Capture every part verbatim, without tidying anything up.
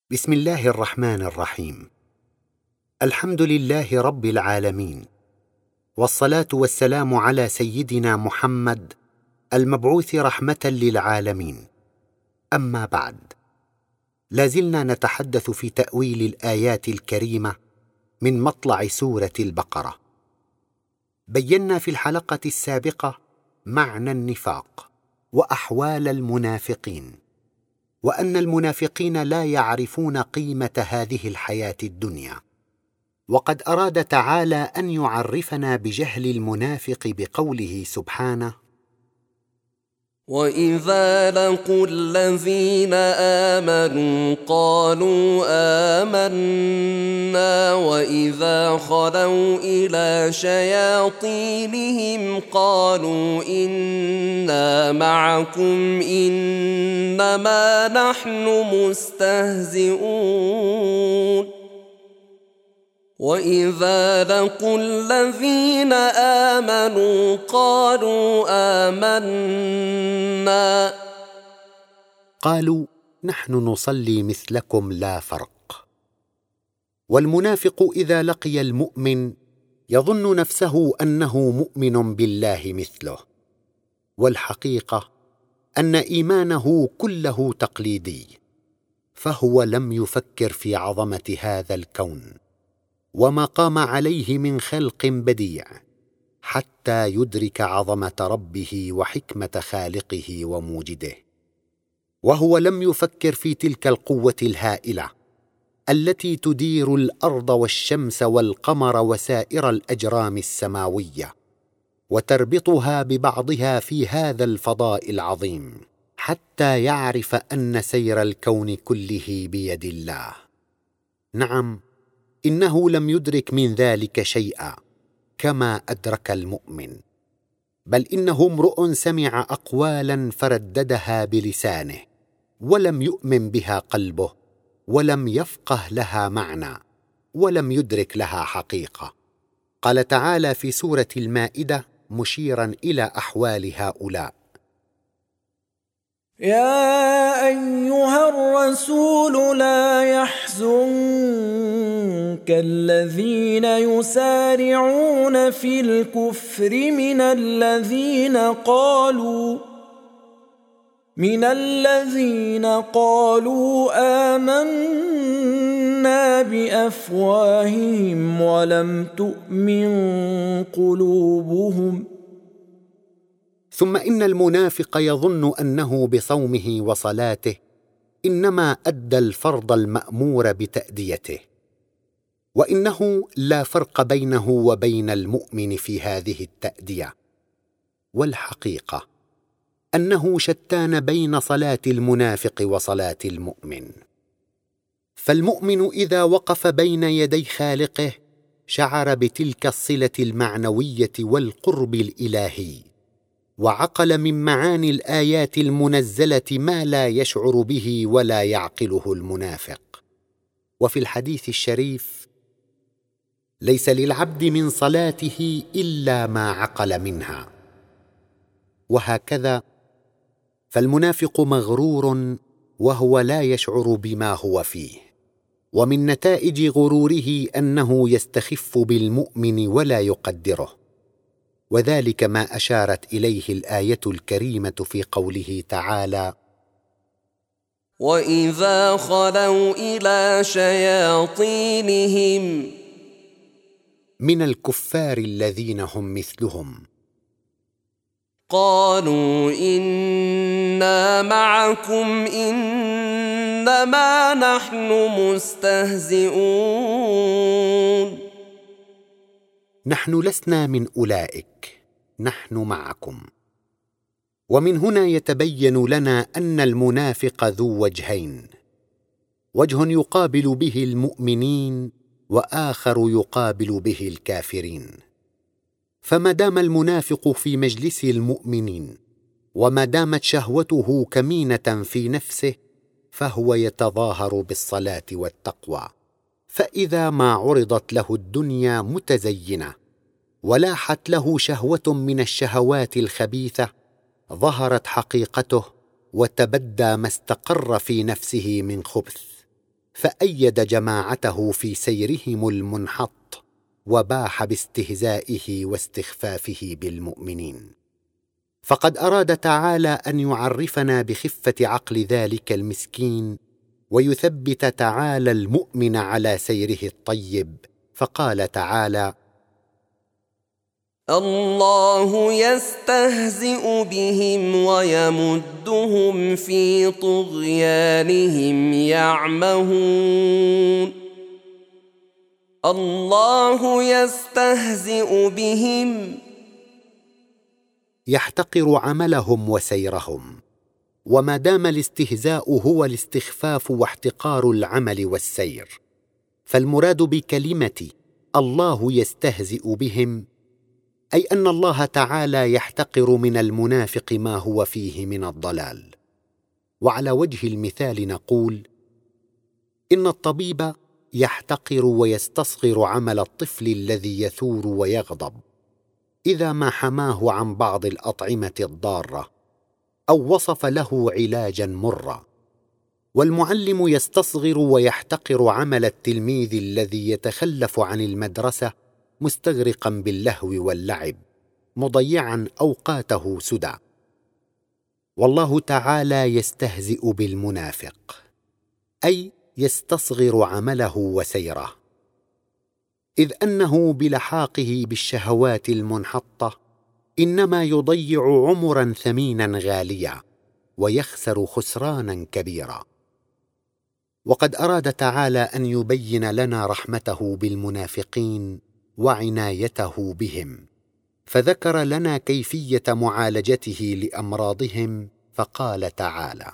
بسم الله الرحمن الرحيم. الحمد لله رب العالمين، والصلاة والسلام على سيدنا محمد المبعوث رحمة للعالمين. أما بعد، لازلنا نتحدث في تأويل الآيات الكريمة من مطلع سورة البقرة. بينا في الحلقة السابقة معنى النفاق وأحوال المنافقين، وأن المنافقين لا يعرفون قيمة هذه الحياة الدنيا، وقد أراد تعالى أن يعرفنا بجهل المنافق بقوله سبحانه: وَإِذَا لَقُوا الَّذِينَ آمَنُوا قَالُوا آمَنَّا وَإِذَا خَلَوْا إِلَى شَيَاطِينِهِمْ قَالُوا إِنَّا مَعَكُمْ إِنَّمَا نَحْنُ مُسْتَهْزِئُونَ وَإِذَا لَقُوا الَّذِينَ آمَنُوا قَالُوا آمَنَّا قالوا نحن نصلي مثلكم لا فرق. والمنافق إذا لقي المؤمن يظن نفسه أنه مؤمن بالله مثله، والحقيقة أن إيمانه كله تقليدي، فهو لم يفكر في عظمة هذا الكون وما قام عليه من خلق بديع حتى يدرك عظمة ربه وحكمة خالقه وموجده، وهو لم يفكر في تلك القوة الهائلة التي تدير الأرض والشمس والقمر وسائر الأجرام السماوية، وتربطها ببعضها في هذا الفضاء العظيم، حتى يعرف أن سير الكون كله بيد الله. نعم، إنه لم يدرك من ذلك شيئا كما أدرك المؤمن، بل إنه امرؤ سمع أقوالا فرددها بلسانه ولم يؤمن بها قلبه، ولم يفقه لها معنى، ولم يدرك لها حقيقة. قال تعالى في سورة المائدة مشيرا إلى أحوال هؤلاء: يا أيها الرسول لا يحزنك الذين يسارعون في الكفر من الذين قالوا من الذين قالوا آمنا بأفواههم ولم تؤمن قلوبهم. ثم إن المنافق يظن أنه بصومه وصلاته إنما أدى الفرض المأمور بتأديته، وإنه لا فرق بينه وبين المؤمن في هذه التأدية. والحقيقة أنه شتان بين صلاة المنافق وصلاة المؤمن. فالمؤمن إذا وقف بين يدي خالقه شعر بتلك الصلة المعنوية والقرب الإلهي، وعقل من معاني الآيات المنزلة ما لا يشعر به ولا يعقله المنافق. وفي الحديث الشريف: ليس للعبد من صلاته إلا ما عقل منها. وهكذا فالمنافق مغرور وهو لا يشعر بما هو فيه، ومن نتائج غروره أنه يستخف بالمؤمن ولا يقدره، وذلك ما أشارت إليه الآية الكريمة في قوله تعالى: وَإِذَا خَلَوْا إِلَى شَيَاطِينِهِمْ من الكفار الذين هم مثلهم قالوا إنا معكم إنما نحن مستهزئون. نحن لسنا من أولئك، نحن معكم. ومن هنا يتبين لنا أن المنافق ذو وجهين: وجه يقابل به المؤمنين، وآخر يقابل به الكافرين. فما دام المنافق في مجلس المؤمنين وما دامت شهوته كمينة في نفسه فهو يتظاهر بالصلاة والتقوى، فإذا ما عرضت له الدنيا متزينة ولاحت له شهوة من الشهوات الخبيثة ظهرت حقيقته وتبدى ما استقر في نفسه من خبث، فأيد جماعته في سيرهم المنحط، وباح باستهزائه واستخفافه بالمؤمنين. فقد أراد تعالى أن يعرفنا بخفة عقل ذلك المسكين، ويثبت تعالى المؤمن على سيره الطيب، فقال تعالى: الله يستهزئ بهم ويمدهم في طغيانهم يعمهون. الله يستهزئ بهم، يحتقر عملهم وسيرهم. وما دام الاستهزاء هو الاستخفاف واحتقار العمل والسير، فالمراد بكلمة الله يستهزئ بهم أي أن الله تعالى يحتقر من المنافق ما هو فيه من الضلال. وعلى وجه المثال نقول: إن الطبيب يحتقر ويستصغر عمل الطفل الذي يثور ويغضب إذا ما حماه عن بعض الأطعمة الضارة أو وصف له علاجا مرا. والمعلم يستصغر ويحتقر عمل التلميذ الذي يتخلف عن المدرسة مستغرقا باللهو واللعب، مضيعا أوقاته سدى. والله تعالى يستهزئ بالمنافق، أي يستصغر عمله وسيره، إذ أنه بلحاقه بالشهوات المنحطة إنما يضيع عمرا ثمينا غاليا، ويخسر خسرانا كبيرا. وقد أراد تعالى أن يبين لنا رحمته بالمنافقين وعنايته بهم، فذكر لنا كيفية معالجته لأمراضهم، فقال تعالى: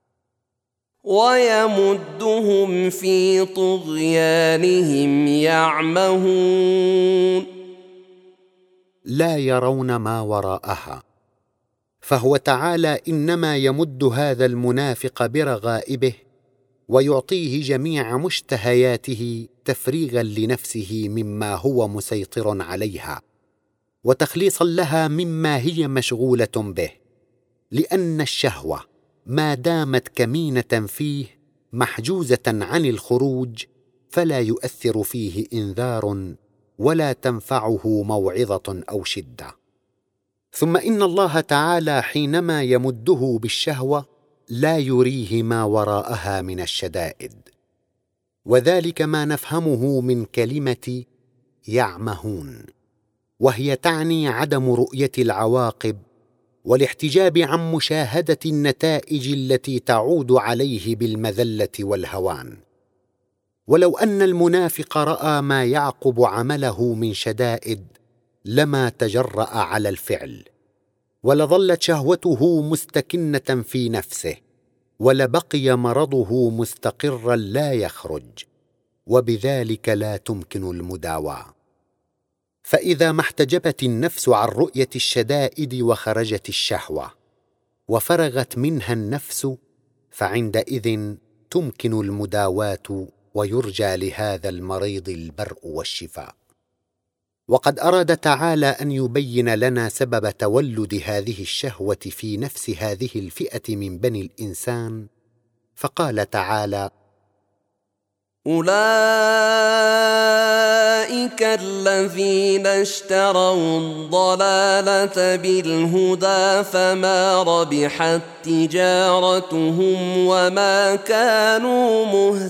ويمدهم في طغيانهم يعمهون. لا يرون ما وراءها، فهو تعالى إنما يمد هذا المنافق برغائبه، ويعطيه جميع مشتهياته تفريغا لنفسه مما هو مسيطر عليها، وتخليصا لها مما هي مشغولة به، لأن الشهوة ما دامت كمينة فيه محجوزة عن الخروج فلا يؤثر فيه إنذار ولا تنفعه موعظة أو شدة. ثم إن الله تعالى حينما يمده بالشهوة لا يريه ما وراءها من الشدائد، وذلك ما نفهمه من كلمة يعمهون، وهي تعني عدم رؤية العواقب والاحتجاب عن مشاهدة النتائج التي تعود عليه بالمذلة والهوان. ولو أن المنافق رأى ما يعقب عمله من شدائد لما تجرأ على الفعل، ولظلت شهوته مستكنة في نفسه، ولبقي مرضه مستقرا لا يخرج، وبذلك لا تمكن المداواة. فإذا ما احتجبت النفس عن رؤية الشدائد وخرجت الشهوة وفرغت منها النفس، فعندئذ تمكن المداواة ويرجى لهذا المريض البرء والشفاء. وقد أراد تعالى أن يبين لنا سبب تولد هذه الشهوة في نفس هذه الفئة من بني الإنسان، فقال تعالى: أولئك الذين اشتروا الضلالة بالهدى فما ربحت تجارتهم وما كانوا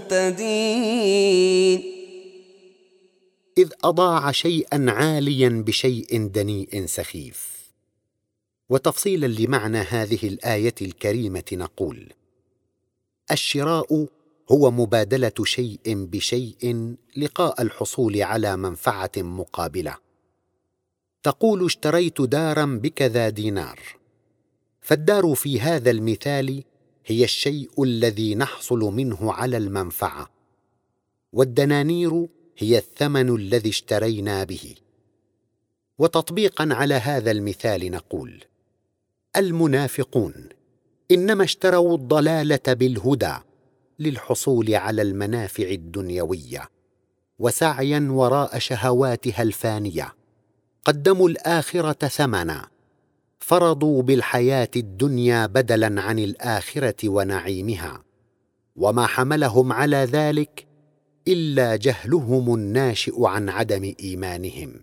مهتدين. إذ أضاع شيئا عاليا بشيء دنيء سخيف. وتفصيلا لمعنى هذه الآية الكريمة نقول: الشراء هو مبادلة شيء بشيء لقاء الحصول على منفعة مقابلة. تقول: اشتريت دارا بكذا دينار، فالدار في هذا المثال هي الشيء الذي نحصل منه على المنفعة، والدنانير هي الثمن الذي اشترينا به. وتطبيقا على هذا المثال نقول: المنافقون إنما اشتروا الضلالة بالهدى للحصول على المنافع الدنيوية، وسعيا وراء شهواتها الفانية قدموا الآخرة ثمنا، فرضوا بالحياة الدنيا بدلا عن الآخرة ونعيمها، وما حملهم على ذلك إلا جهلهم الناشئ عن عدم إيمانهم.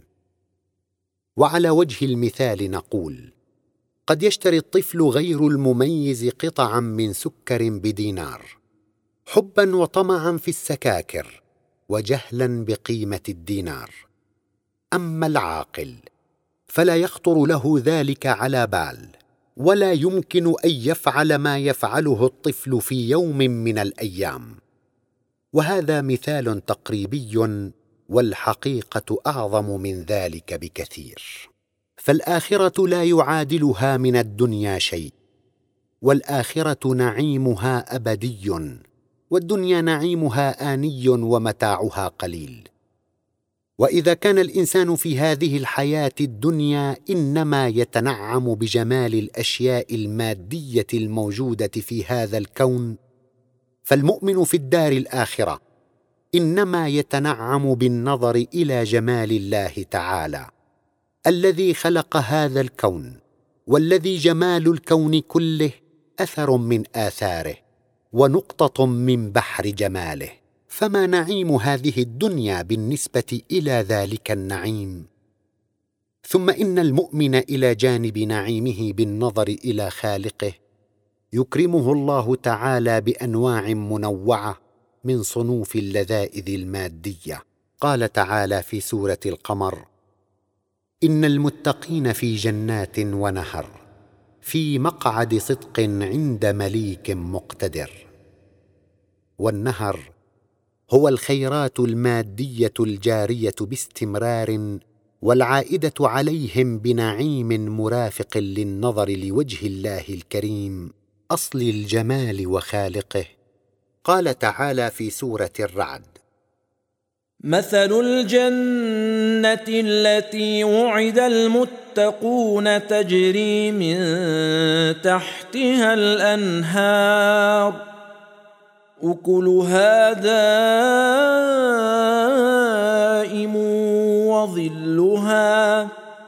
وعلى وجه المثال نقول: قد يشتري الطفل غير المميز قطعا من سكر بدينار، حبا وطمعا في السكاكر وجهلا بقيمة الدينار. أما العاقل فلا يخطر له ذلك على بال، ولا يمكن أن يفعل ما يفعله الطفل في يوم من الأيام. وهذا مثال تقريبي، والحقيقة أعظم من ذلك بكثير. فالآخرة لا يعادلها من الدنيا شيء، والآخرة نعيمها أبدي، والدنيا نعيمها آني ومتاعها قليل. وإذا كان الإنسان في هذه الحياة الدنيا إنما يتنعم بجمال الأشياء المادية الموجودة في هذا الكون، فالمؤمن في الدار الآخرة إنما يتنعم بالنظر إلى جمال الله تعالى الذي خلق هذا الكون، والذي جمال الكون كله أثر من آثاره ونقطة من بحر جماله. فما نعيم هذه الدنيا بالنسبة إلى ذلك النعيم؟ ثم إن المؤمن إلى جانب نعيمه بالنظر إلى خالقه يكرمه الله تعالى بأنواع منوعة من صنوف اللذائذ المادية. قال تعالى في سورة القمر: إن المتقين في جنات ونهر في مقعد صدق عند مليك مقتدر. والنهر هو الخيرات المادية الجارية باستمرار، والعائدة عليهم بنعيم مرافق للنظر لوجه الله الكريم أصل الجمال وخالقه. قال تعالى في سورة الرعد: مثل الجنة التي وعد المتقون تجري من تحتها الأنهار أكلها دائم وظلها.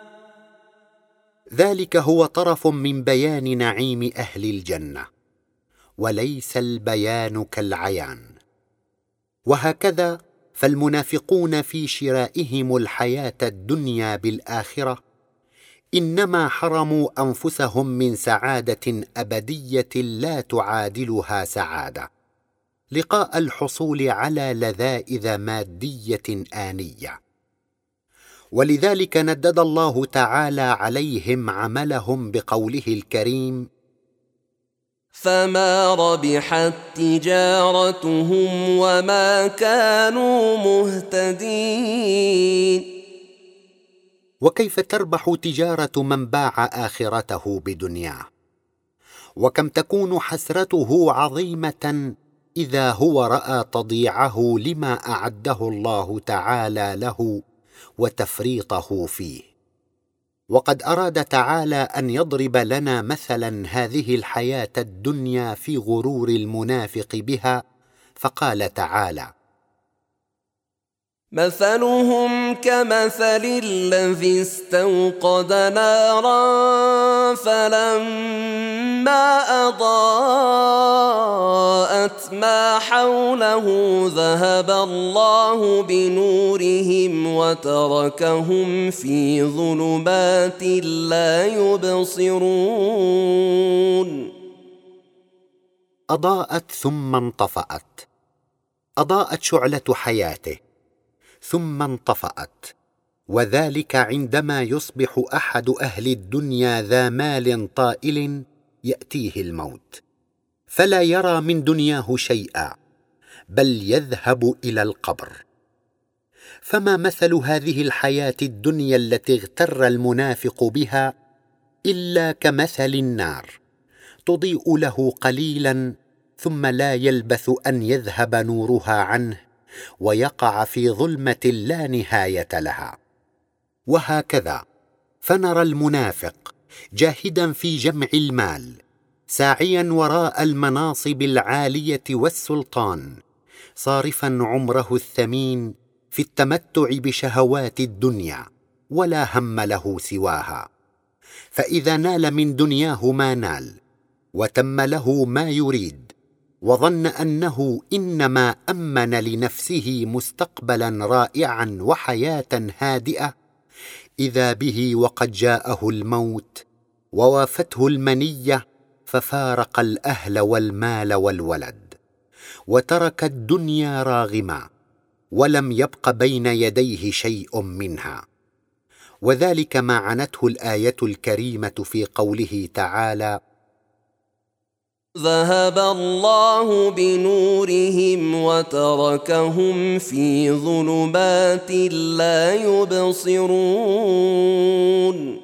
ذلك هو طرف من بيان نعيم أهل الجنة، وليس البيان كالعيان. وهكذا فالمنافقون في شرائهم الحياة الدنيا بالآخرة إنما حرموا أنفسهم من سعادة أبدية لا تعادلها سعادة، لقاء الحصول على لذائذ مادية آنية. ولذلك ندد الله تعالى عليهم عملهم بقوله الكريم: فما ربحت تجارتهم وما كانوا مهتدين. وكيف تربح تجارة من باع آخرته بدنياه؟ وكم تكون حسرته عظيمة إذا هو رأى تضييعه لما أعده الله تعالى له وتفريطه فيه. وقد أراد تعالى أن يضرب لنا مثلا هذه الحياة الدنيا في غرور المنافق بها، فقال تعالى: مثلهم كمثل الذي استوقد نارا فلما أضاءت ما حوله ذهب الله بنورهم وتركهم في ظلمات لا يبصرون. أضاءت ثم انطفأت. أضاءت شعلة حياته ثم انطفأت، وذلك عندما يصبح أحد أهل الدنيا ذا مال طائل يأتيه الموت، فلا يرى من دنياه شيئا، بل يذهب إلى القبر. فما مثل هذه الحياة الدنيا التي اغتر المنافق بها إلا كمثل النار تضيء له قليلا ثم لا يلبث أن يذهب نورها عنه ويقع في ظلمة لا نهاية لها. وهكذا فنرى المنافق جاهدا في جمع المال، ساعيا وراء المناصب العالية والسلطان، صارفا عمره الثمين في التمتع بشهوات الدنيا، ولا هم له سواها. فإذا نال من دنياه ما نال وتم له ما يريد وظن انه انما امن لنفسه مستقبلا رائعا وحياه هادئه، اذا به وقد جاءه الموت ووافته المنيه، ففارق الاهل والمال والولد، وترك الدنيا راغما، ولم يبق بين يديه شيء منها. وذلك ما عنته الايه الكريمه في قوله تعالى: ذهب الله بنورهم وتركهم في ظلمات لا يبصرون.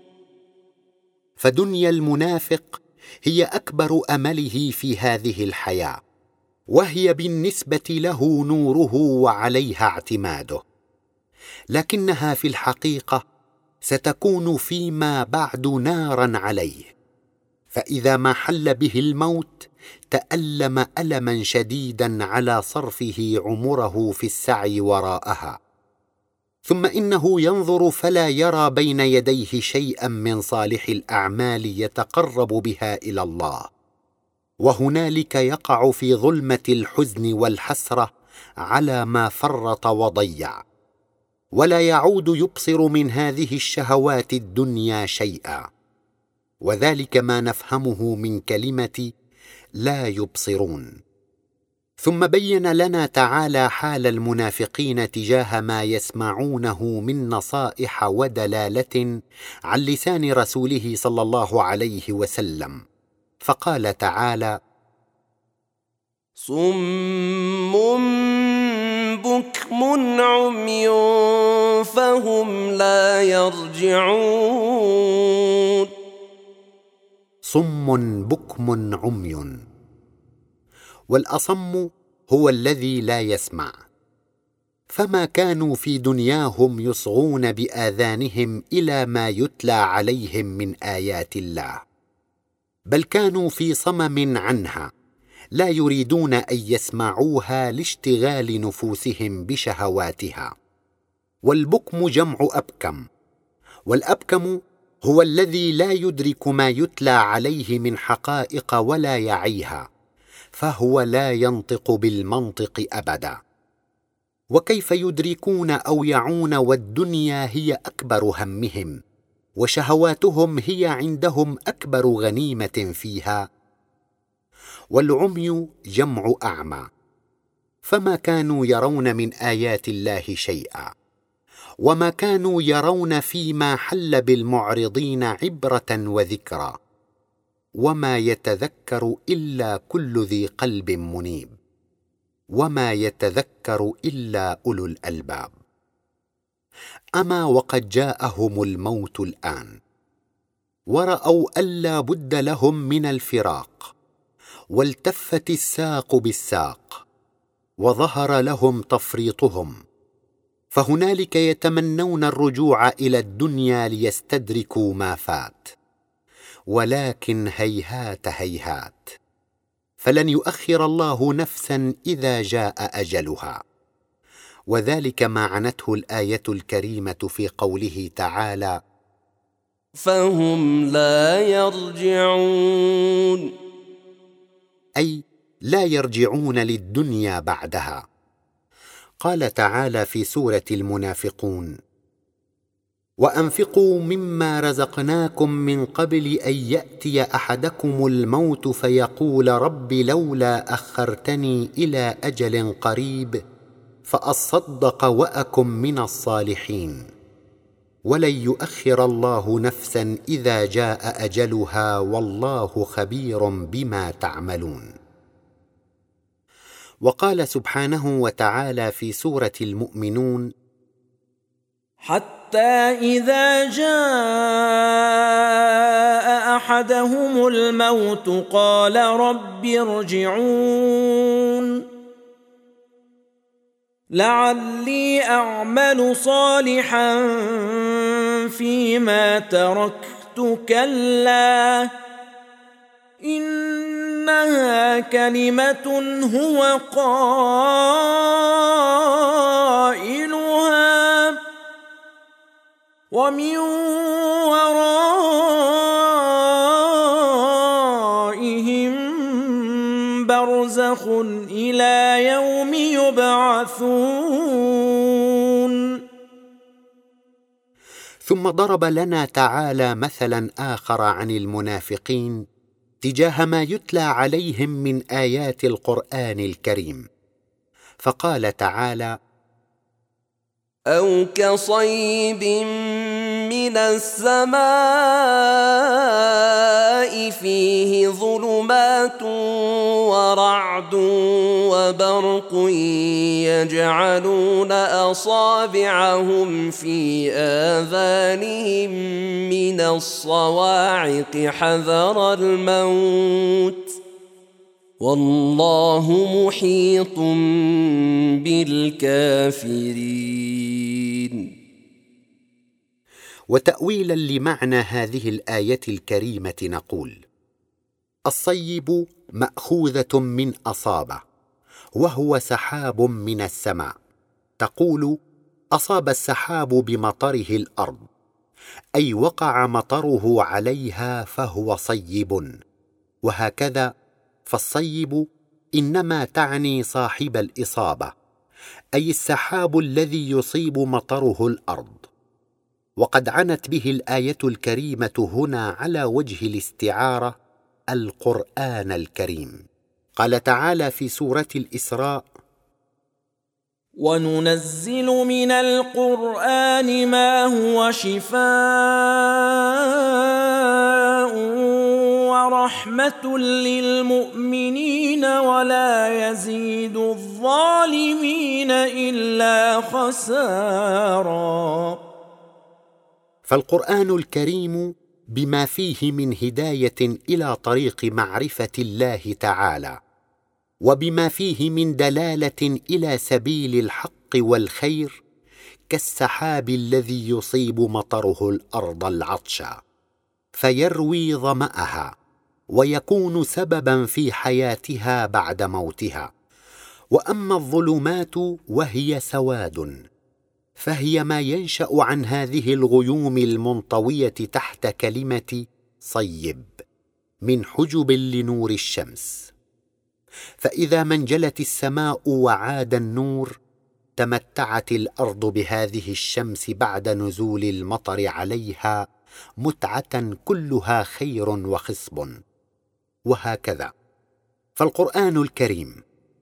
فدنيا المنافق هي اكبر امله في هذه الحياه، وهي بالنسبه له نوره وعليها اعتماده، لكنها في الحقيقه ستكون فيما بعد نارا عليه، فاذا ما حل به الموت تالم الما شديدا على صرفه عمره في السعي وراءها، ثم انه ينظر فلا يرى بين يديه شيئا من صالح الاعمال يتقرب بها الى الله، وهنالك يقع في ظلمه الحزن والحسره على ما فرط وضيع، ولا يعود يبصر من هذه الشهوات الدنيا شيئا. وذلك ما نفهمه من كلمه لا يبصرون. ثم بين لنا تعالى حال المنافقين تجاه ما يسمعونه من نصائح ودلاله عن لسان رسوله صلى الله عليه وسلم، فقال تعالى: صم بكم عمي فهم لا يرجعون. صم بكم عمي، والأصم هو الذي لا يسمع، فما كانوا في دنياهم يصغون بآذانهم إلى ما يتلى عليهم من آيات الله، بل كانوا في صمم عنها، لا يريدون أن يسمعوها لاشتغال نفوسهم بشهواتها. والبكم جمع أبكم، والأبكم هو الذي لا يدرك ما يتلى عليه من حقائق ولا يعيها، فهو لا ينطق بالمنطق أبدا. وكيف يدركون أو يعون والدنيا هي أكبر همهم، وشهواتهم هي عندهم أكبر غنيمة فيها؟ والعمي جمع أعمى، فما كانوا يرون من آيات الله شيئا، وما كانوا يرون فيما حل بالمعرضين عبرة وذكرى، وما يتذكر إلا كل ذي قلب منيب، وما يتذكر إلا أولو الألباب. أما وقد جاءهم الموت الآن، ورأوا ألا بد لهم من الفراق، والتفت الساق بالساق، وظهر لهم تفريطهم، فهنالك يتمنون الرجوع إلى الدنيا ليستدركوا ما فات، ولكن هيهات هيهات، فلن يؤخر الله نفسا إذا جاء أجلها. وذلك ما عنته الآية الكريمة في قوله تعالى: فهم لا يرجعون، أي لا يرجعون للدنيا بعدها. قال تعالى في سورة المنافقون: وأنفقوا مما رزقناكم من قبل أن يأتي أحدكم الموت فيقول رب لولا أخرتني إلى أجل قريب فأصدق وأكن من الصالحين ولن يؤخر الله نفسا إذا جاء أجلها والله خبير بما تعملون. وقال سبحانه وتعالى في سورة المؤمنون: حتى إذا جاء أحدهم الموت قال رب ارجعون لعلي أعمل صالحا فيما تركت كلا إنها كلمة هو قائلها ومن ورائهم برزخ يبعثون. ثم ضرب لنا تعالى مثلا آخر عن المنافقين تجاه ما يتلى عليهم من آيات القرآن الكريم، فقال تعالى: أو كصيب من السماء فيه ظلمات ورعد وبرق يجعلون أصابعهم في آذانهم من الصواعق حذر الموت والله محيط بالكافرين. وتأويلا لمعنى هذه الآية الكريمة نقول: الصيب مأخوذة من أصابة، وهو سحاب من السماء. تقول: أصاب السحاب بمطره الأرض، أي وقع مطره عليها فهو صيب. وهكذا فالصيب إنما تعني صاحب الإصابة، أي السحاب الذي يصيب مطره الأرض. وقد عنت به الآية الكريمة هنا على وجه الاستعارة القرآن الكريم. قال تعالى في سورة الإسراء: وننزل من القرآن ما هو شفاء ورحمة للمؤمنين ولا يزيد الظالمين إلا خسارا. فالقرآن الكريم بما فيه من هداية إلى طريق معرفة الله تعالى، وبما فيه من دلالة إلى سبيل الحق والخير، كالسحاب الذي يصيب مطره الأرض العطشى فيروي ظمأها ويكون سببا في حياتها بعد موتها. وأما الظلمات وهي سواد، فهي ما ينشأ عن هذه الغيوم المنطوية تحت كلمة صيب من حجب لنور الشمس. فإذا ما انجلت السماء وعاد النور، تمتعت الأرض بهذه الشمس بعد نزول المطر عليها متعة كلها خير وخصب. وهكذا فالقرآن الكريم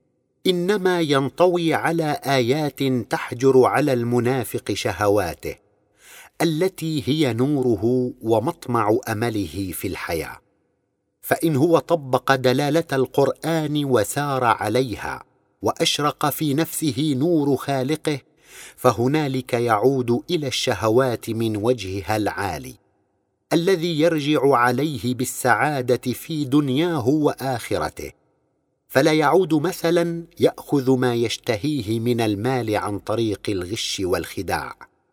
إنما ينطوي على آيات تحجر على المنافق شهواته التي هي نوره ومطمع أمله في الحياة. فإن هو طبق دلالة القرآن وسار عليها وأشرق في نفسه نور خالقه، فهنالك يعود إلى الشهوات من وجهها العالي الذي يرجع عليه بالسعادة في دنياه وآخرته، فلا يعود مثلا يأخذ ما يشتهيه من المال عن طريق الغش والخداع،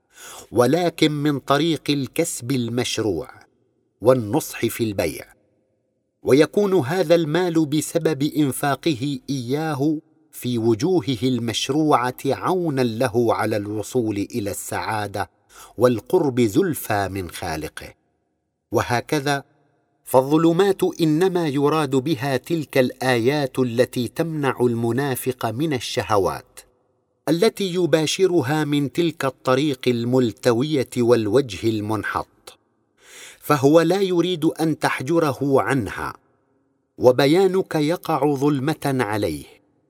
ولكن من طريق الكسب المشروع والنصح في البيع، ويكون هذا المال بسبب إنفاقه إياه في وجوهه المشروعة عونا له على الوصول إلى السعادة والقرب زلفى من خالقه. وهكذا فالظلمات إنما يراد بها تلك الآيات التي تمنع المنافق من الشهوات التي يباشرها من تلك الطريق الملتوية والوجه المنحط، فهو لا يريد أن تحجره عنها، وبيانك يقع ظلمة عليه،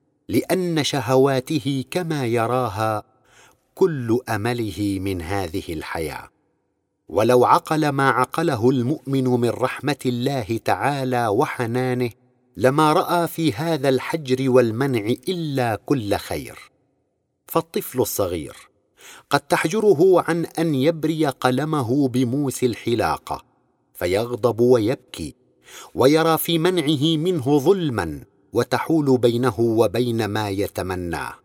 لأن شهواته كما يراها كل أمله من هذه الحياة. ولو عقل ما عقله المؤمن من رحمة الله تعالى وحنانه، لما رأى في هذا الحجر والمنع إلا كل خير. فالطفل الصغير قد تحجره عن أن يبري قلمه بموس الحلاقة فيغضب ويبكي، ويرى في منعه منه ظلما وتحول بينه وبين ما يتمناه.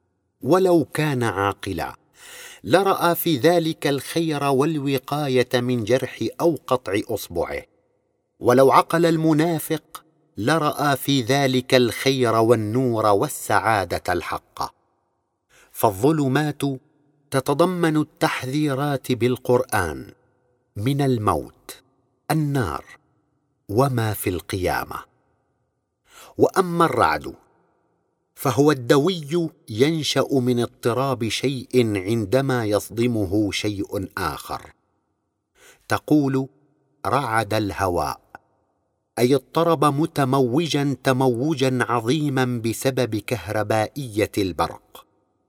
ولو كان عاقلا لرأى في ذلك الخير والوقاية من جرح أو قطع أصبعه. ولو عقل المنافق لرأى في ذلك الخير والنور والسعادة الحقة. فالظلمات تتضمن التحذيرات بالقرآن من الموت، النار، وما في القيامة. وأما الرعد فهو الدوي ينشأ من اضطراب شيء عندما يصدمه شيء آخر. تقول رعد الهواء، أي اضطرب متموجا تموجا عظيما بسبب كهربائية البرق.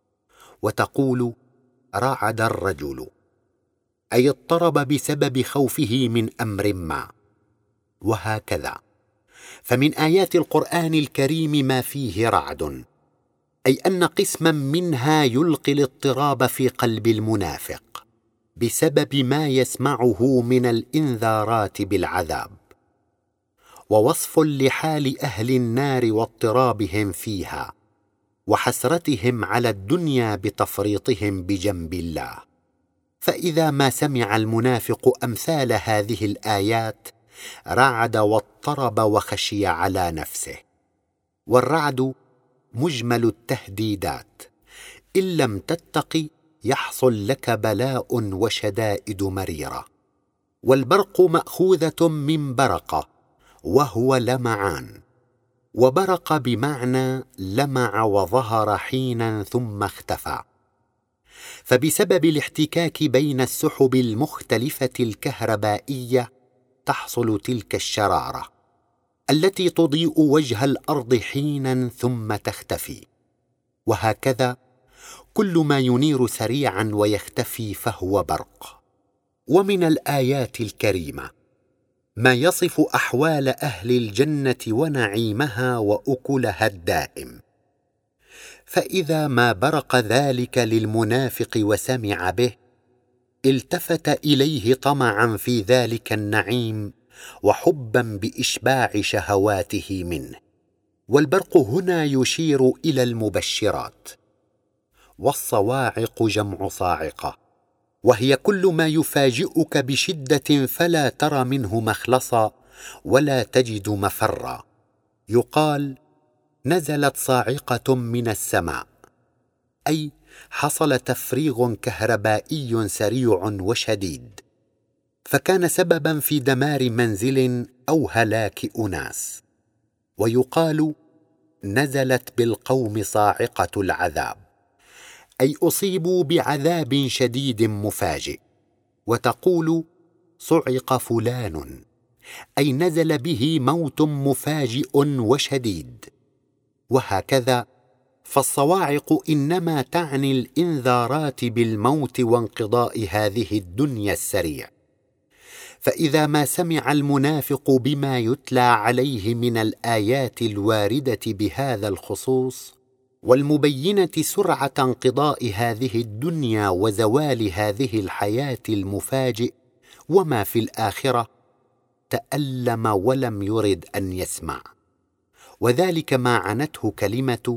وتقول رعد الرجل، أي اضطرب بسبب خوفه من أمر ما. وهكذا، فمن آيات القرآن الكريم ما فيه رعد، أي أن قسما منها يلقي الاضطراب في قلب المنافق بسبب ما يسمعه من الإنذارات بالعذاب، ووصف لحال أهل النار واضطرابهم فيها وحسرتهم على الدنيا بتفريطهم بجنب الله. فإذا ما سمع المنافق أمثال هذه الآيات رعد واضطرب وخشي على نفسه. والرعد مجمل التهديدات، إن لم تتق يحصل لك بلاء وشدائد مريرة. والبرق مأخوذة من برق، وهو لمعان، وبرق بمعنى لمع وظهر حينا ثم اختفى. فبسبب الاحتكاك بين السحب المختلفة الكهربائية تحصل تلك الشرارة التي تضيء وجه الأرض حينا ثم تختفي. وهكذا كل ما ينير سريعا ويختفي فهو برق. ومن الآيات الكريمة ما يصف أحوال أهل الجنة ونعيمها وأكلها الدائم. فإذا ما برق ذلك للمنافق وسمع به التفت إليه طمعا في ذلك النعيم وحبا بإشباع شهواته منه. والبرق هنا يشير إلى المبشرات. والصواعق جمع صاعقة، وهي كل ما يفاجئك بشدة فلا ترى منه مخلصا ولا تجد مفرا. يقال نزلت صاعقة من السماء، أي حصل تفريغ كهربائي سريع وشديد، فكان سببا في دمار منزل أو هلاك أناس. ويقال نزلت بالقوم صاعقة العذاب، أي أصيبوا بعذاب شديد مفاجئ. وتقول صعق فلان، أي نزل به موت مفاجئ وشديد. وهكذا فالصواعق إنما تعني الإنذارات بالموت وانقضاء هذه الدنيا السريع. فإذا ما سمع المنافق بما يتلى عليه من الآيات الواردة بهذا الخصوص والمبينة سرعة انقضاء هذه الدنيا وزوال هذه الحياة المفاجئ وما في الآخرة، تألم ولم يرد أن يسمع. وذلك ما عنته كلمة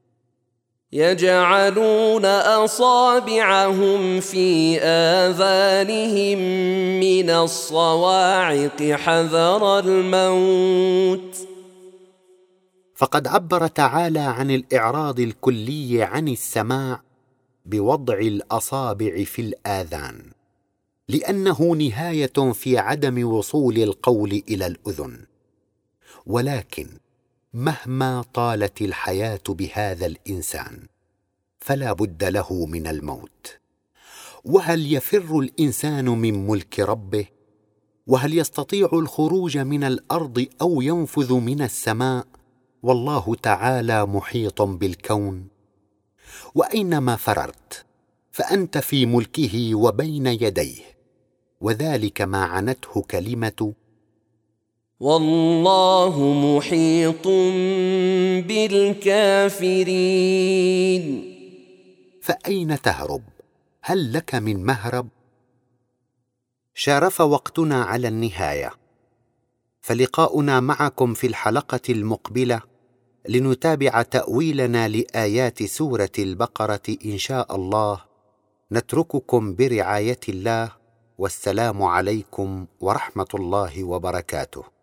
يجعلون أصابعهم في آذانهم من الصواعق حذر الموت. فقد عبر تعالى عن الإعراض الكلي عن السماع بوضع الأصابع في الآذان، لأنه نهاية في عدم وصول القول إلى الأذن. ولكن مهما طالت الحياة بهذا الإنسان فلا بد له من الموت. وهل يفر الإنسان من ملك ربه؟ وهل يستطيع الخروج من الأرض أو ينفذ من السماء؟ والله تعالى محيط بالكون. وأينما فررت فأنت في ملكه وبين يديه. وذلك ما عنته كلمة والله محيط بالكافرين. فأين تهرب؟ هل لك من مهرب؟ شارف وقتنا على النهاية، فلقاؤنا معكم في الحلقة المقبلة لنتابع تأويلنا لآيات سورة البقرة إن شاء الله. نترككم برعاية الله، والسلام عليكم ورحمة الله وبركاته.